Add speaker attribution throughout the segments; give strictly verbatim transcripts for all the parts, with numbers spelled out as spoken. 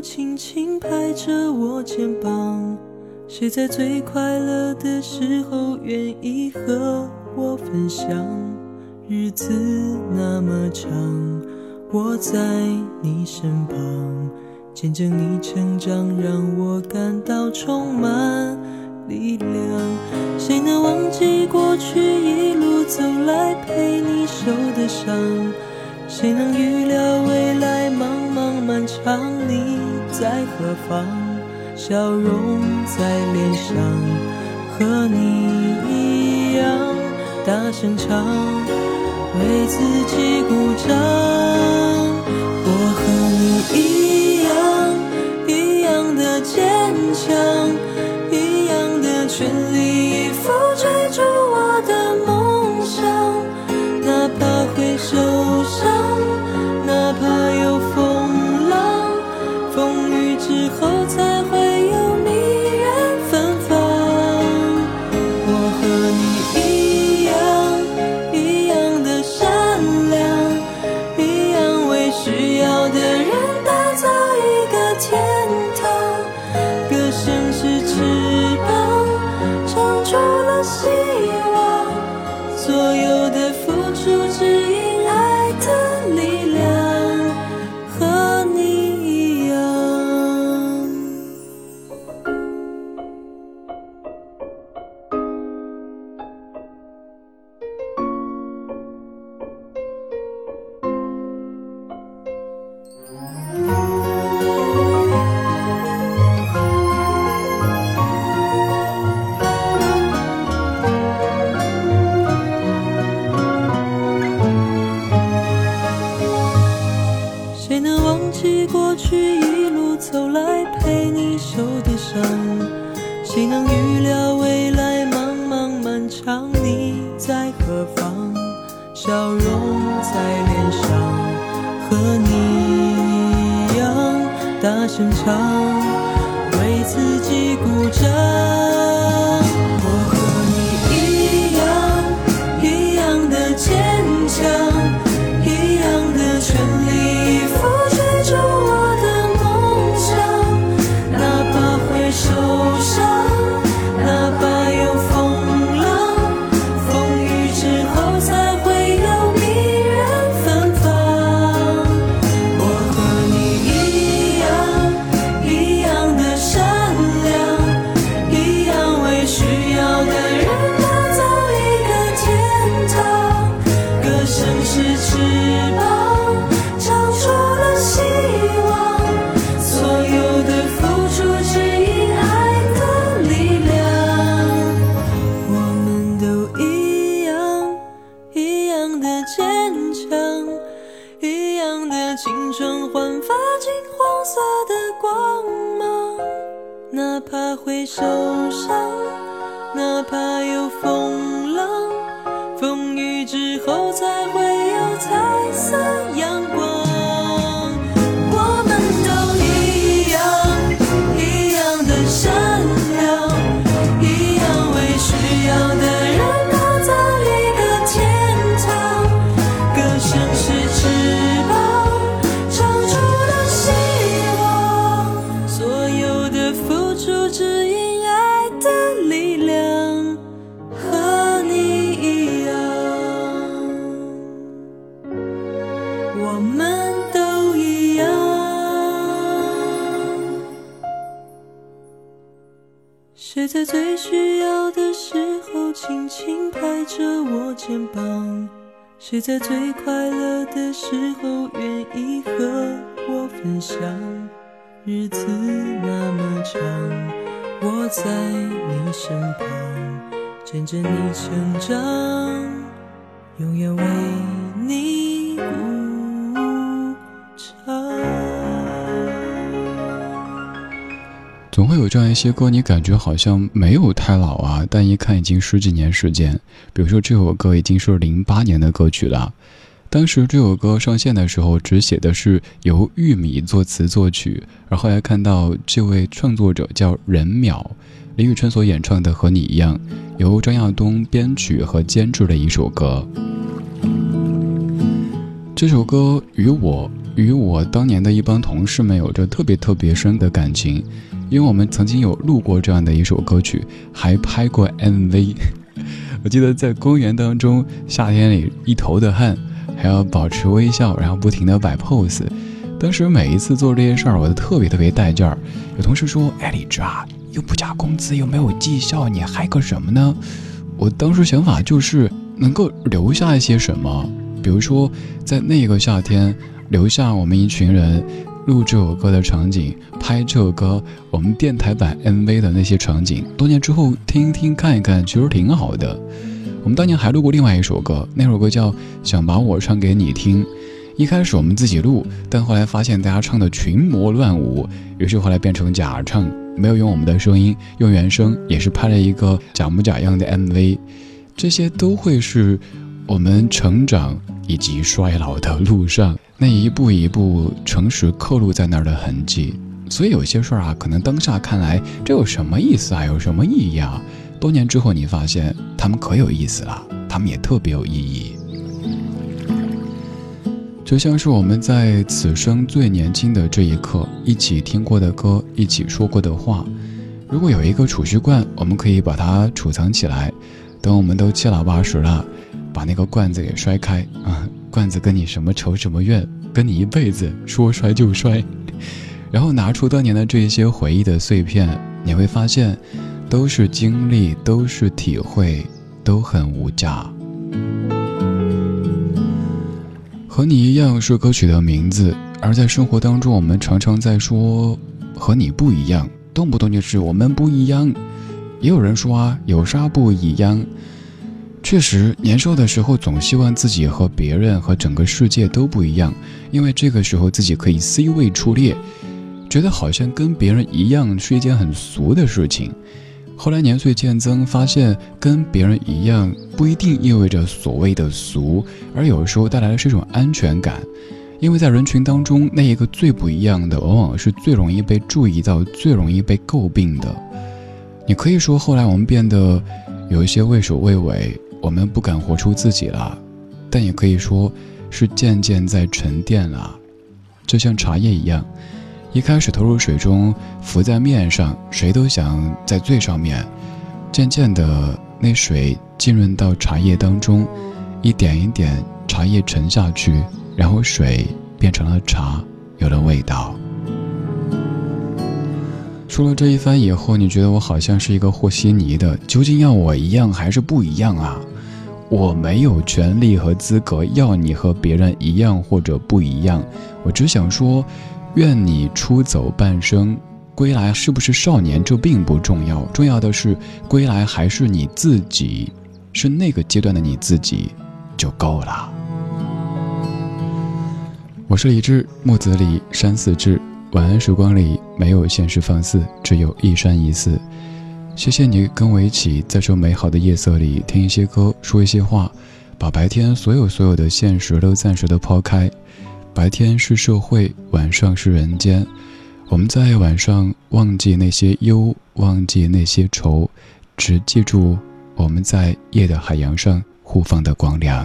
Speaker 1: 轻轻拍着我肩膀，谁在最快乐的时候愿意和我分享？日子那么长，我在你身旁，见证你成长，让我感到充满力量。谁能忘记过去一路走来陪你受的伤？谁能预料未来茫茫漫长，你在何方？笑容在脸上，和你一样大声唱，为自己鼓掌。我和你一样，一样的坚强，一样的全力以赴追逐我的梦想。哪怕会受伤，哪怕有风浪，风雨之后才会有迷人芬芳。我和你一样，一样的善良，一样为需要的人打造一个天堂。歌声是翅膀，长出了希望，所有的付出只因爱的力量，和你一样。谁能忘记过去一路走来陪你受的伤？谁能预料未来茫茫漫长，你在何方？笑容在脸上，和你一样大声唱，为自己鼓掌。我和你一样，一样的坚强，一样的全力以赴追逐我的梦想。哪怕会受伤，哪怕有风浪，风雨之后才会有迷人芬芳。我和你一样，一样的善良，一样为需要的人打造一个天堂。歌声是翅膀，长出了希望，所有的付出只因爱的力量。我们都一样，一样的坚强，一样的青春焕发金黄色的光芒。哪怕会受伤，哪怕有风浪，风雨之后才会有彩色阳光。我们都一样，一样的善良，一样为需要的人打造一个天堂。歌声是翅膀，长出了希望，所有的付出只因爱的力量，和你一样。我们都一样。谁在最需要的时候轻轻拍着我肩膀？谁在最快乐的时候愿意和我分享？日子那么长，我在你身旁，见证你成长，永远为你鼓掌。
Speaker 2: 总会有这样一些歌，你感觉好像没有太老啊，但一看已经十几年时间。比如说这首歌已经是零八年的歌曲了，当时这首歌上线的时候只写的是由玉米作词作曲，而后来看到这位创作者叫任淼，李宇春所演唱的《和你一样》，由张亚东编曲和监制的一首歌。这首歌与我与我当年的一帮同事们有着特别特别深的感情，因为我们曾经有录过这样的一首歌曲，还拍过 M V。 我记得在公园当中，夏天里一头的汗，还要保持微笑，然后不停地摆 pose。 当时每一次做这些事儿，我都特别特别带劲儿。有同事说，哎，李志啊，又不加工资又没有绩效，你嗨个什么呢？我当时想法就是能够留下一些什么，比如说在那个夏天留下我们一群人录这首歌的场景，拍这首歌我们电台版 M V 的那些场景，多年之后听一听看一看，其实挺好的。我们当年还录过另外一首歌，那首歌叫《想把我唱给你听》。一开始我们自己录，但后来发现大家唱的群魔乱舞，于是后来变成假唱，没有用我们的声音，用原声，也是拍了一个假模假样的 M V。 这些都会是我们成长以及衰老的路上那一步一步诚实刻录在那儿的痕迹。所以有些事儿啊，可能当下看来这有什么意思啊，有什么意义啊，多年之后你发现他们可有意思了，他们也特别有意义。就像是我们在此生最年轻的这一刻，一起听过的歌，一起说过的话，如果有一个储蓄罐，我们可以把它储藏起来，等我们都七老八十了，把那个罐子给摔开啊！罐子跟你什么仇什么怨，跟你一辈子，说摔就摔。然后拿出当年的这些回忆的碎片，你会发现都是经历，都是体会，都很无价。和你一样是歌曲的名字，而在生活当中我们常常在说和你不一样，动不动就是我们不一样。也有人说啊，有啥不一样？确实，年少的时候总希望自己和别人和整个世界都不一样，因为这个时候自己可以 C 位出列，觉得好像跟别人一样是一件很俗的事情。后来年岁渐增，发现跟别人一样不一定意味着所谓的俗，而有时候带来的是一种安全感。因为在人群当中，那一个最不一样的往往是最容易被注意到，最容易被诟病的。你可以说后来我们变得有一些畏首畏尾，我们不敢活出自己了，但也可以说是渐渐在沉淀了。就像茶叶一样，一开始投入水中，浮在面上，谁都想在最上面，渐渐的那水浸润到茶叶当中，一点一点茶叶沉下去，然后水变成了茶，有了味道。说了这一番以后，你觉得我好像是一个和稀泥的，究竟要我一样还是不一样啊？我没有权利和资格要你和别人一样或者不一样，我只想说，愿你出走半生，归来是不是少年这并不重要，重要的是归来还是你自己，是那个阶段的你自己就够了。我是李志，木子李，山寺志。晚安时光里没有现实放肆，只有一山一寺。谢谢你跟我一起在这美好的夜色里听一些歌，说一些话，把白天所有所有的现实都暂时的抛开。白天是社会，晚上是人间。我们在晚上忘记那些忧，忘记那些愁，只记住我们在夜的海洋上互放的光亮。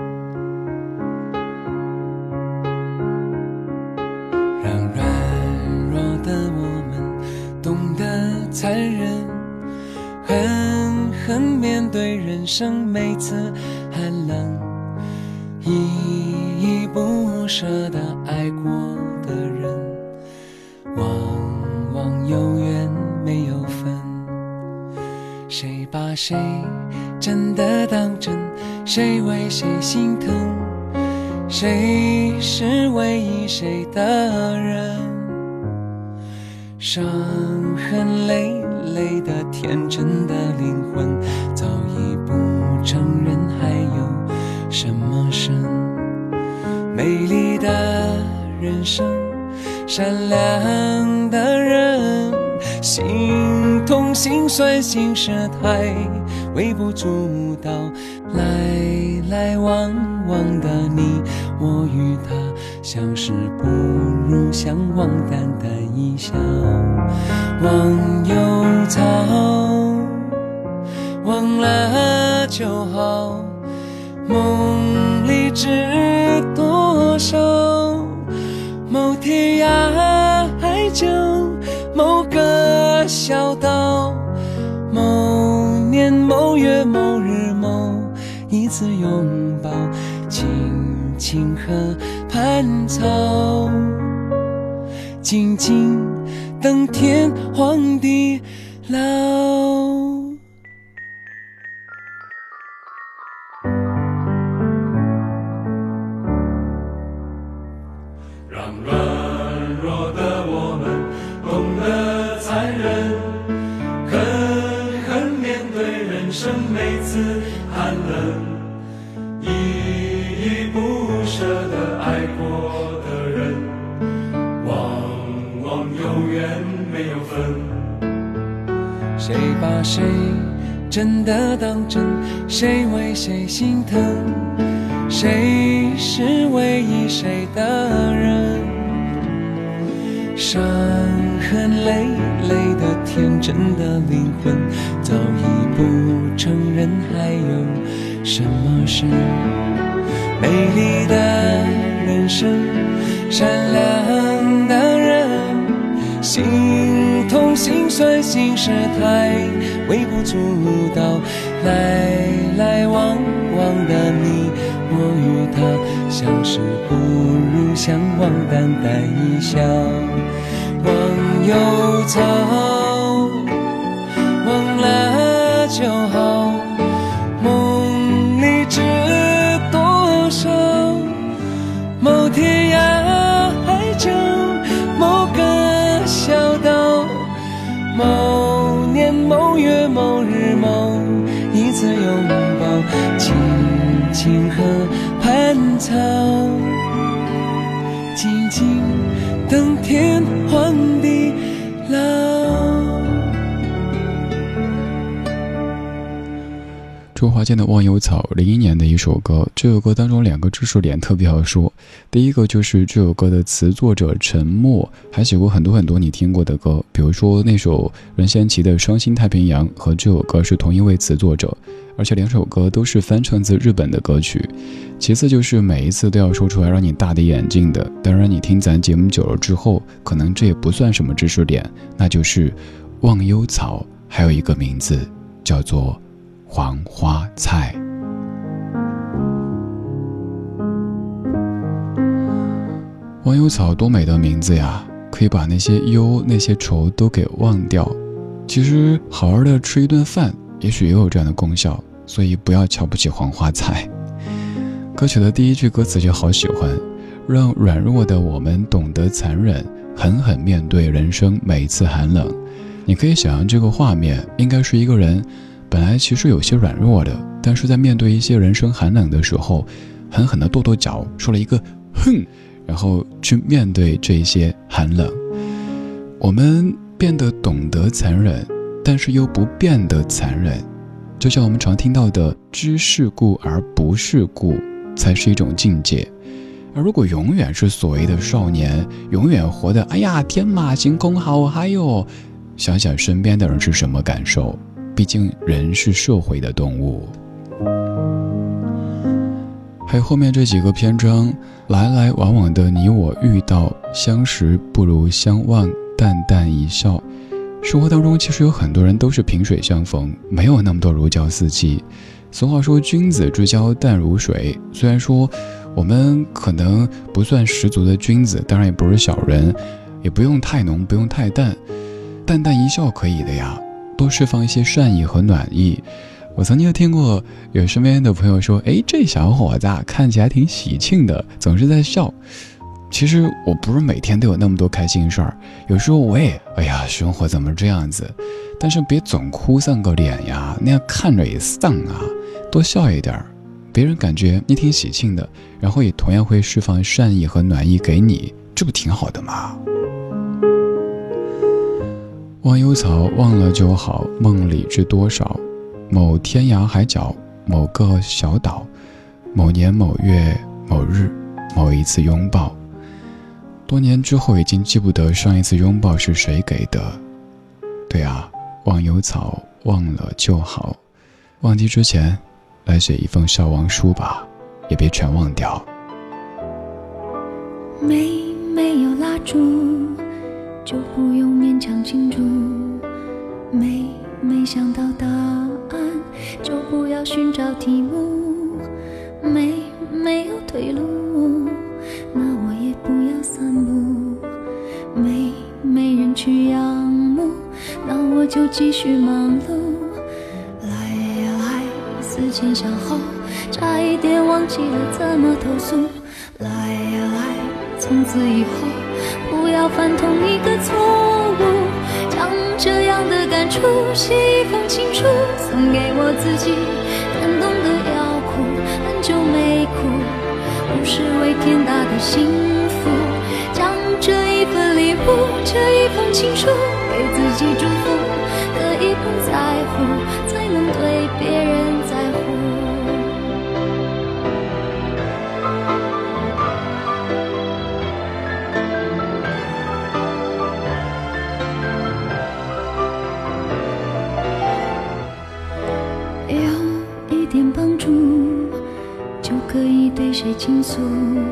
Speaker 1: 让软弱的我们懂得残忍，狠狠面对人生每次寒冷，依依不舍地爱过的人，往往有缘没有分。谁把谁真的当真，谁为谁心疼，谁是唯一谁的人。伤痕累累的天真的灵魂，早已不承认还有什么神。美丽的人生，善良的人，心痛心酸心事太微不足道，来来往往的你我与他，相识不如相忘，淡淡一笑。忘忧草，忘了就好，梦里知多少， 久，某个小岛，某年某月某日某一次拥抱，青青河畔草，静静等天荒地老。
Speaker 3: 让软弱的我们懂得残忍，狠狠面对人生每次寒冷，依依不舍地爱过的人，往往永远没有分。
Speaker 1: 谁把谁真的当真？谁为谁心疼？谁是唯一谁的人？伤痕累累的天真的灵魂，早已不承认还有什么事？美丽的人生，善良的人，心痛心酸心事太微不足道，来来往往的你我与他，相识不如相忘，淡淡一笑。忘忧草，忘了就好，梦里知多少？某天涯海角，某个小岛，某年某月某日某一次拥抱，青青河畔草，静静等天荒地老。
Speaker 2: 周华健的《忘忧草》，零一年的一首歌。这首歌当中两个知识点特别好说。第一个就是这首歌的词作者陈默，还写过很多很多你听过的歌，比如说那首任贤齐的《伤心太平洋》和这首歌是同一位词作者，而且两首歌都是翻唱自日本的歌曲。其次就是每一次都要说出来让你大跌眼镜的，当然你听咱节目久了之后，可能这也不算什么知识点，那就是忘忧草还有一个名字叫做黄花菜。忘忧草多美的名字呀，可以把那些忧那些愁都给忘掉。其实好好的吃一顿饭也许也有这样的功效，所以不要瞧不起黄花菜。歌曲的第一句歌词就好喜欢，让软弱的我们懂得残忍，狠狠面对人生每一次寒冷。你可以想象这个画面，应该是一个人本来其实有些软弱的，但是在面对一些人生寒冷的时候，狠狠地跺跺脚，说了一个哼，然后去面对这一些寒冷。我们变得懂得残忍，但是又不变得残忍，就像我们常听到的知世故而不世故才是一种境界。而如果永远是所谓的少年，永远活得哎呀天马行空好嗨哟，想想身边的人是什么感受，毕竟人是社会的动物。还有后面这几个篇章，来来往往的你我遇到，相识不如相忘，淡淡一笑。生活当中其实有很多人都是萍水相逢，没有那么多如胶似漆。俗话说君子之交淡如水，虽然说我们可能不算十足的君子，当然也不是小人，也不用太浓不用太淡，淡淡一笑可以的呀，多释放一些善意和暖意。我曾经听过有身边的朋友说，诶，这小伙子啊看起来挺喜庆的，总是在笑。其实我不是每天都有那么多开心事儿，有时候我也哎呀生活怎么这样子，但是别总哭丧个脸呀，那样看着也丧啊，多笑一点，别人感觉你挺喜庆的，然后也同样会释放善意和暖意给你，这不挺好的吗？忘忧草忘了就好，梦里知多少，某天涯海角，某个小岛，某年某月某日某一次拥抱。多年之后已经记不得上一次拥抱是谁给的。对啊，忘忧草忘了就好，忘记之前来写一封消亡书吧，也别全忘掉。
Speaker 4: 没没有蜡烛， 就不用勉强庆祝。没没想到答案，就不要寻找题目。没没有退路，那我也不要散步。没没人去仰慕，那我就继续忙碌。来呀来，思前想后，差一点忘记了怎么投诉。来呀来，从此以后不要犯同一个错误。将这样的感触写一封情书，送给我自己，感动得要哭，很久没哭，不是为天大的幸福。将这一份礼物，这一封情书给自己祝福，可以不在乎，才能对别人在乎。有一点帮助，就可以对谁倾诉。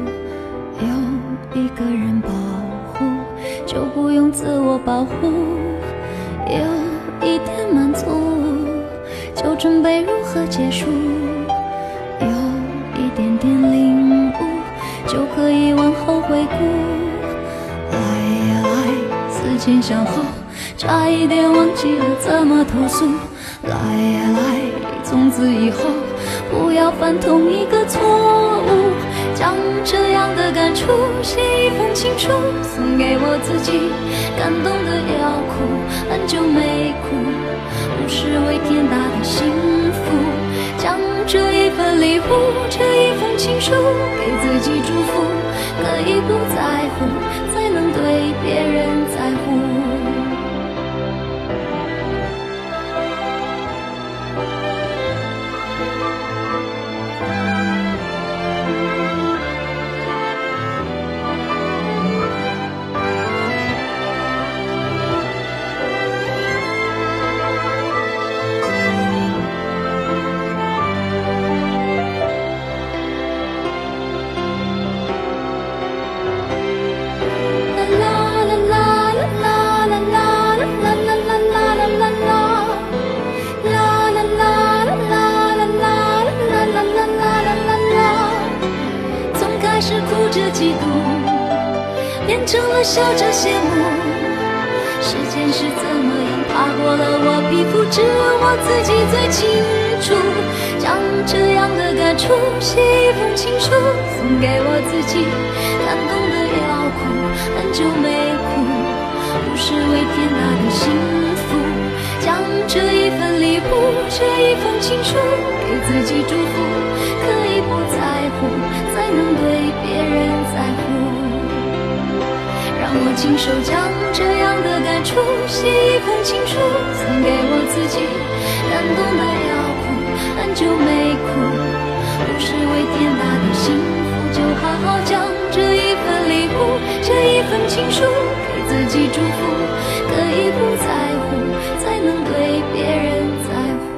Speaker 4: 有一个人保护，就不用自我保护。有一点满足，就准备如何结束。有一点点领悟，就可以往后回顾。来呀来，思前想后，差一点忘记了怎么投诉。来呀来，从此以后不要犯同一个错误。将这样的感触写一封情书，送给我自己，感动得要哭，很久没哭，不是为天大的幸福。将这一份礼物，这一封情书给自己祝福，可以不在乎，才能对别人在乎。变成了笑着羡慕，时间是怎么样爬过了我皮肤，只有我自己最清楚。将这样的感触写一封情书，送给我自己，感动得要哭，很久没哭，不是为天大的幸福。将这一份礼物，这一封情书给自己祝福，可以不在乎，才能对别人在乎。让我亲手将这样的感触写一封情书，送给我自己，感动得要哭，很久没哭，不是为天大的幸福，就好好将这一份礼物，这一份情书给自己祝福，可以不在乎，才能对别人在乎。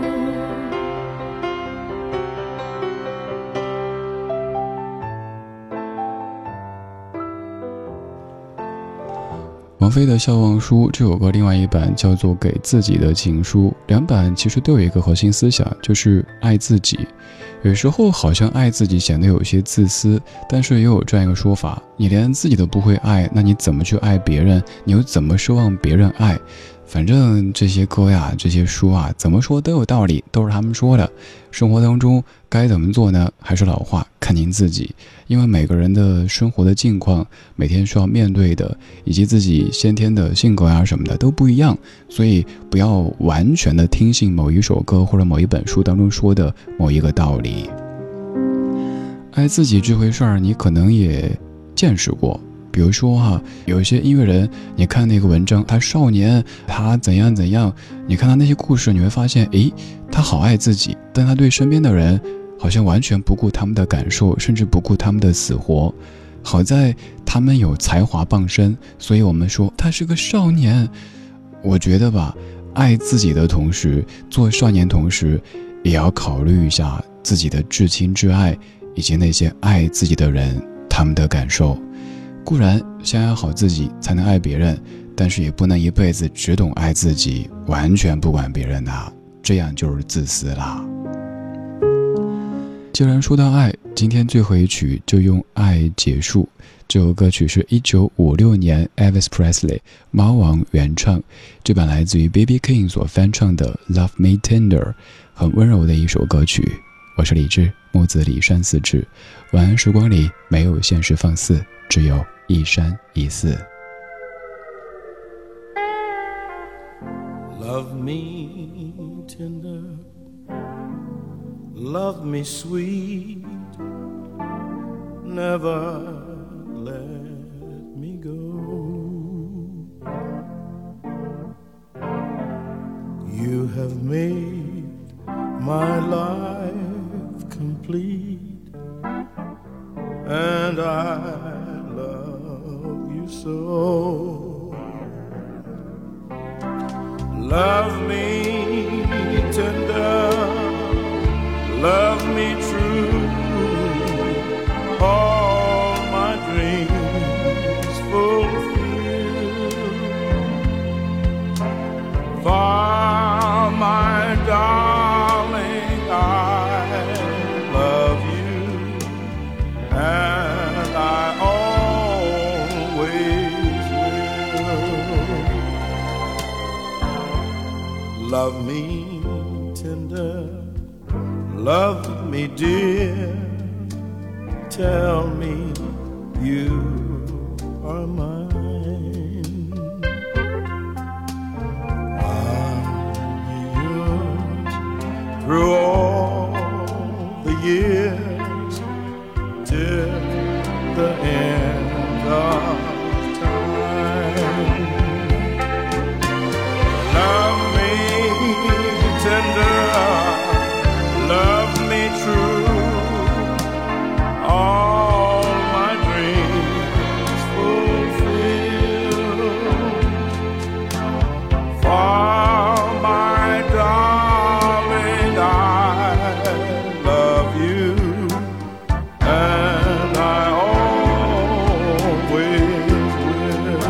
Speaker 2: 王菲的《笑忘书》这首歌另外一版叫做《给自己的情书》，两版其实都有一个核心思想，就是爱自己。有时候好像爱自己显得有些自私，但是也有这样一个说法，你连自己都不会爱，那你怎么去爱别人？你又怎么奢望别人爱？反正这些歌呀，这些书啊，怎么说都有道理，都是他们说的。生活当中该怎么做呢？还是老话，看您自己。因为每个人的生活的境况，每天需要面对的，以及自己先天的性格啊什么的都不一样，所以不要完全的听信某一首歌或者某一本书当中说的某一个道理。爱自己这回事儿，你可能也见识过。比如说哈、啊，有一些音乐人，你看那个文章，他少年，他怎样怎样，你看他那些故事，你会发现，诶，他好爱自己，但他对身边的人好像完全不顾他们的感受，甚至不顾他们的死活。好在他们有才华傍身，所以我们说他是个少年。我觉得吧，爱自己的同时，做少年同时，也要考虑一下自己的至亲至爱，以及那些爱自己的人，他们的感受。 固然先爱好自己才能爱别人，但是也不能一辈子只懂爱自己，完全不管别人啊，这样就是自私啦。既然说到爱，今天最后一曲就用爱结束。这首歌曲是一九五六年 Elvis Presley 猫王原唱，这版来自于 B B King 所翻唱的 Love Me Tender， 很温柔的一首歌曲。我是李志，木子李山四志。晚安时光里没有现实放肆，只有一山一寺。
Speaker 5: Love me tender, love me sweet, never let me go. You have made my life complete, and I love you so. Love me tender, love me true, all my dreams fulfill. For my darling, I love you, and I always will. Love me tender, love me dear, tell me you are mine. I'll be yours through all the years, till the end of time. Love me tender, love me true, all my dreams fulfill. For my darling, I love you, and I always will.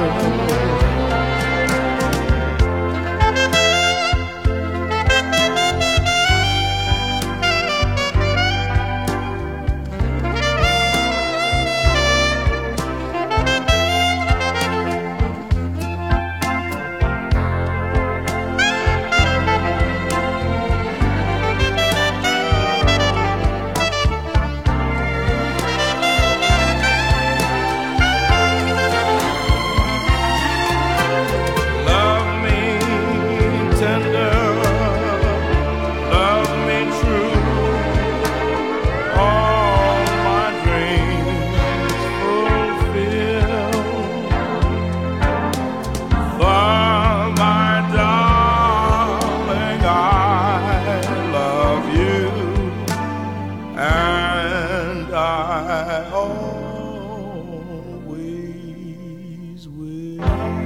Speaker 5: Always will.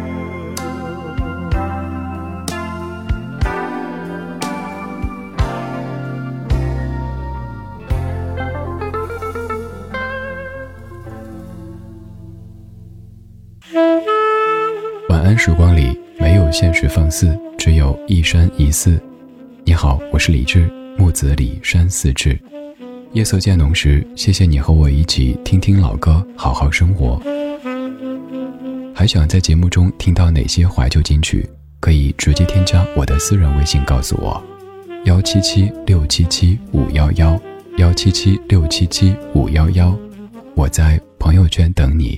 Speaker 2: 晚安时光里没有现实放肆，只有一山一寺。你好，我是李志，木子李山四志。夜色渐浓时，谢谢你和我一起听听老歌，好好生活。还想在节目中听到哪些怀旧金曲，可以直接添加我的私人微信告诉我，幺七七六七七五幺幺，幺七七六七七五幺幺，我在朋友圈等你。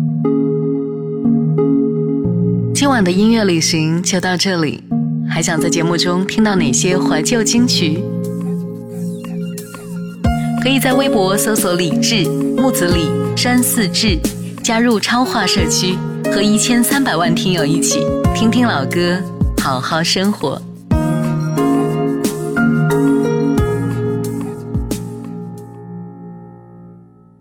Speaker 6: 今晚的音乐旅行就到这里，还想在节目中听到哪些怀旧金曲？可以在微博搜索李志、木子李、山寺志，加入超话社区，和一千三百万听友一起听听老歌，好好生活。